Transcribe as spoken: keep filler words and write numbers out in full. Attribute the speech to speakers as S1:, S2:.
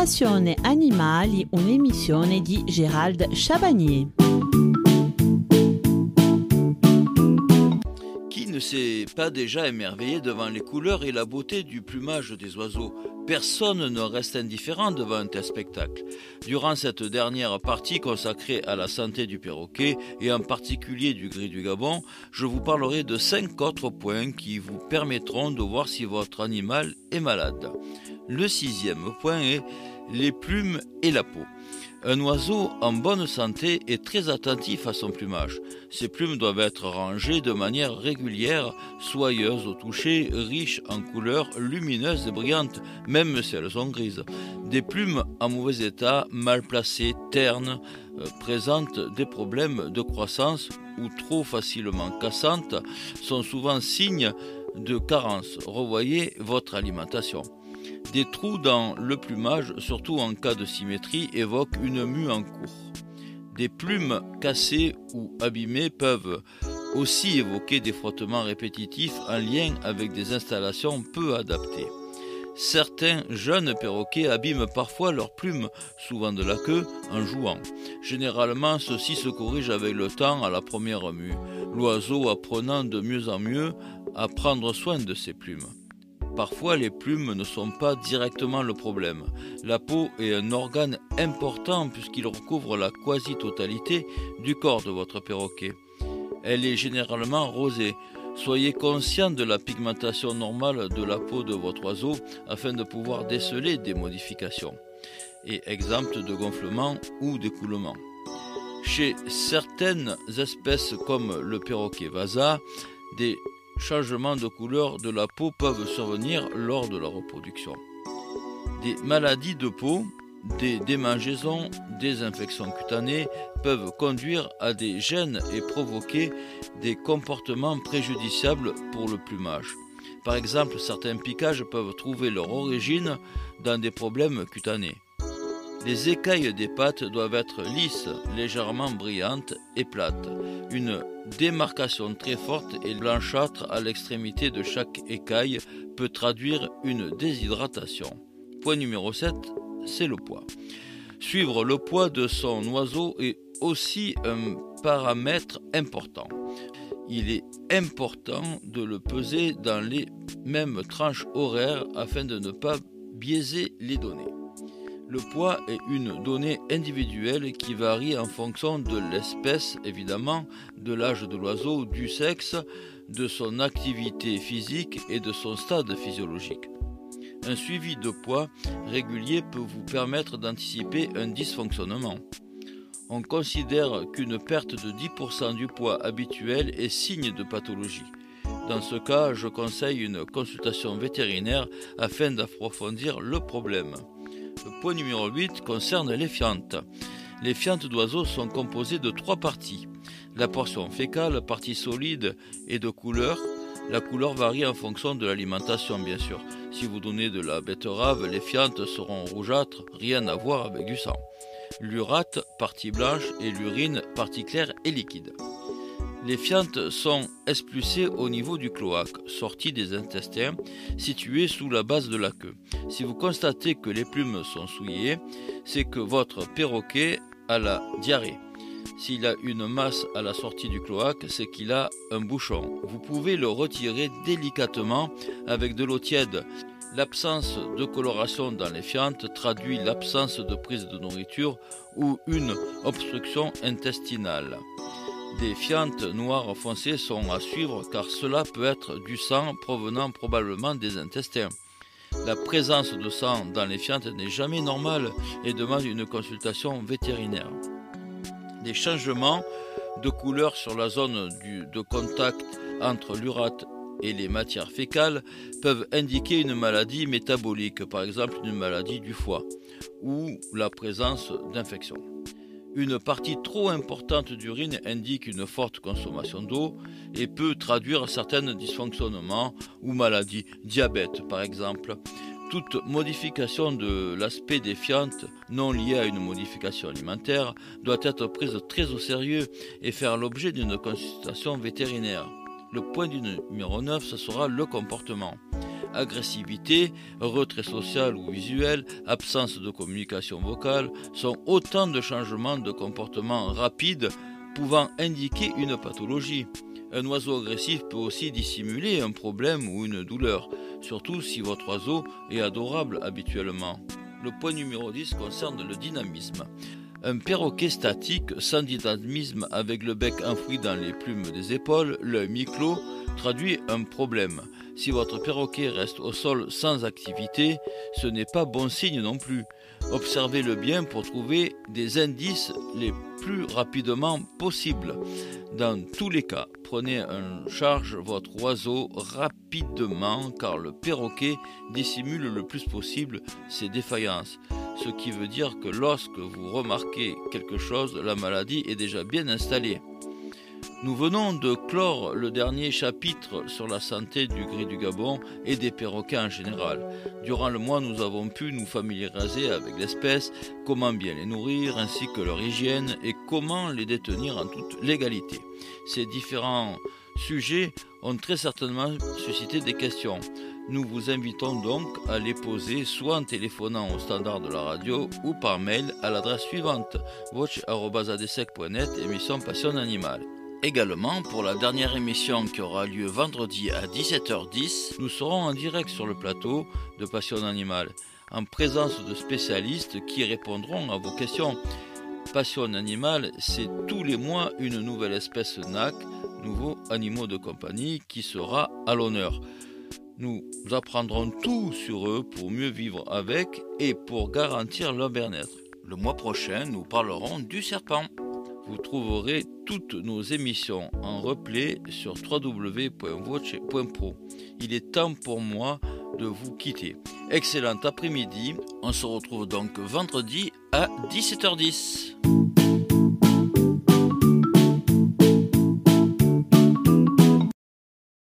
S1: Passione Animali, un'emissione di Gérald Chabagnier.
S2: Qui ne s'est pas déjà émerveillé devant les couleurs et la beauté du plumage des oiseaux? Personne ne reste indifférent devant un tel spectacle. Durant cette dernière partie consacrée à la santé du perroquet et en particulier du gris du Gabon, je vous parlerai de cinq autres points qui vous permettront de voir si votre animal est malade. Le sixième point est les plumes et la peau. Un oiseau en bonne santé est très attentif à son plumage. Ses plumes doivent être rangées de manière régulière, soyeuses au toucher, riches en couleurs, lumineuses et brillantes, même si elles sont grises. Des plumes en mauvais état, mal placées, ternes, euh, présentent des problèmes de croissance ou trop facilement cassantes, sont souvent signes de carence. Revoyez votre alimentation. Des trous dans le plumage, surtout en cas de symétrie, évoquent une mue en cours. Des plumes cassées ou abîmées peuvent aussi évoquer des frottements répétitifs en lien avec des installations peu adaptées. Certains jeunes perroquets abîment parfois leurs plumes, souvent de la queue, en jouant. Généralement, ceci se corrige avec le temps à la première mue, l'oiseau apprenant de mieux en mieux à prendre soin de ses plumes. Parfois, les plumes ne sont pas directement le problème. La peau est un organe important puisqu'il recouvre la quasi-totalité du corps de votre perroquet. Elle est généralement rosée. Soyez conscient de la pigmentation normale de la peau de votre oiseau afin de pouvoir déceler des modifications et exemptes de gonflement ou d'écoulement. Chez certaines espèces comme le perroquet vasa, des changements de couleur de la peau peuvent survenir lors de la reproduction. Des maladies de peau, des démangeaisons, des infections cutanées peuvent conduire à des gènes et provoquer des comportements préjudiciables pour le plumage. Par exemple, certains piquages peuvent trouver leur origine dans des problèmes cutanés. Les écailles des pattes doivent être lisses, légèrement brillantes et plates. Une démarcation très forte et blanchâtre à l'extrémité de chaque écaille peut traduire une déshydratation. Point numéro sept, c'est le poids. Suivre le poids de son oiseau est aussi un paramètre important. Il est important de le peser dans les mêmes tranches horaires afin de ne pas biaiser les données. Le poids est une donnée individuelle qui varie en fonction de l'espèce, évidemment, de l'âge de l'oiseau, du sexe, de son activité physique et de son stade physiologique. Un suivi de poids régulier peut vous permettre d'anticiper un dysfonctionnement. On considère qu'une perte de dix pour cent du poids habituel est signe de pathologie. Dans ce cas, je conseille une consultation vétérinaire afin d'approfondir le problème. Le point numéro huit concerne les fientes. Les fientes d'oiseaux sont composées de trois parties. La portion fécale, partie solide et de couleur. La couleur varie en fonction de l'alimentation, bien sûr. Si vous donnez de la betterave, les fientes seront rougeâtres, rien à voir avec du sang. L'urate, partie blanche, et l'urine, partie claire et liquide. Les fientes sont expulsées au niveau du cloaque, sorties des intestins, situé sous la base de la queue. Si vous constatez que les plumes sont souillées, c'est que votre perroquet a la diarrhée. S'il a une masse à la sortie du cloaque, c'est qu'il a un bouchon. Vous pouvez le retirer délicatement avec de l'eau tiède. L'absence de coloration dans les fientes traduit l'absence de prise de nourriture ou une obstruction intestinale. Des fientes noires foncées sont à suivre car cela peut être du sang provenant probablement des intestins. La présence de sang dans les fientes n'est jamais normale et demande une consultation vétérinaire. Des changements de couleur sur la zone du, de contact entre l'urate et les matières fécales peuvent indiquer une maladie métabolique, par exemple une maladie du foie ou la présence d'infections. Une partie trop importante d'urine indique une forte consommation d'eau et peut traduire certains dysfonctionnements ou maladies, diabète par exemple. Toute modification de l'aspect des fientes non liée à une modification alimentaire doit être prise très au sérieux et faire l'objet d'une consultation vétérinaire. Le point du numéro neuf, ce sera le comportement. agressivité, retrait social ou visuel, absence de communication vocale sont autant de changements de comportement rapides pouvant indiquer une pathologie. Un oiseau agressif peut aussi dissimuler un problème ou une douleur, surtout si votre oiseau est adorable habituellement. Le point numéro dix concerne le dynamisme. Un perroquet statique, sans dynamisme, avec le bec enfoui dans les plumes des épaules, l'œil mi-clos, traduit un problème. Si votre perroquet reste au sol sans activité, ce n'est pas bon signe non plus. Observez-le bien pour trouver des indices les plus rapidement possible. Dans tous les cas, prenez en charge votre oiseau rapidement car le perroquet dissimule le plus possible ses défaillances. Ce qui veut dire que lorsque vous remarquez quelque chose, la maladie est déjà bien installée. Nous venons de clore le dernier chapitre sur la santé du gris du Gabon et des perroquets en général. Durant le mois, nous avons pu nous familiariser avec l'espèce, comment bien les nourrir, ainsi que leur hygiène et comment les détenir en toute légalité. Ces différents sujets ont très certainement suscité des questions. Nous vous invitons donc à les poser soit en téléphonant au standard de la radio ou par mail à l'adresse suivante voce arobase adesec point net, émission Passion Animale. Également, pour la dernière émission qui aura lieu vendredi à dix-sept heures dix, nous serons en direct sur le plateau de Passion Animale, en présence de spécialistes qui répondront à vos questions. Passion Animale, c'est tous les mois une nouvelle espèce N A C, nouveaux animaux de compagnie, qui sera à l'honneur. Nous apprendrons tout sur eux pour mieux vivre avec et pour garantir leur bien-être. Le mois prochain, nous parlerons du serpent. Vous trouverez toutes nos émissions en replay sur w w w point voce point pro. Il est temps pour moi de vous quitter. Excellent après-midi. On se retrouve donc vendredi à dix-sept heures dix.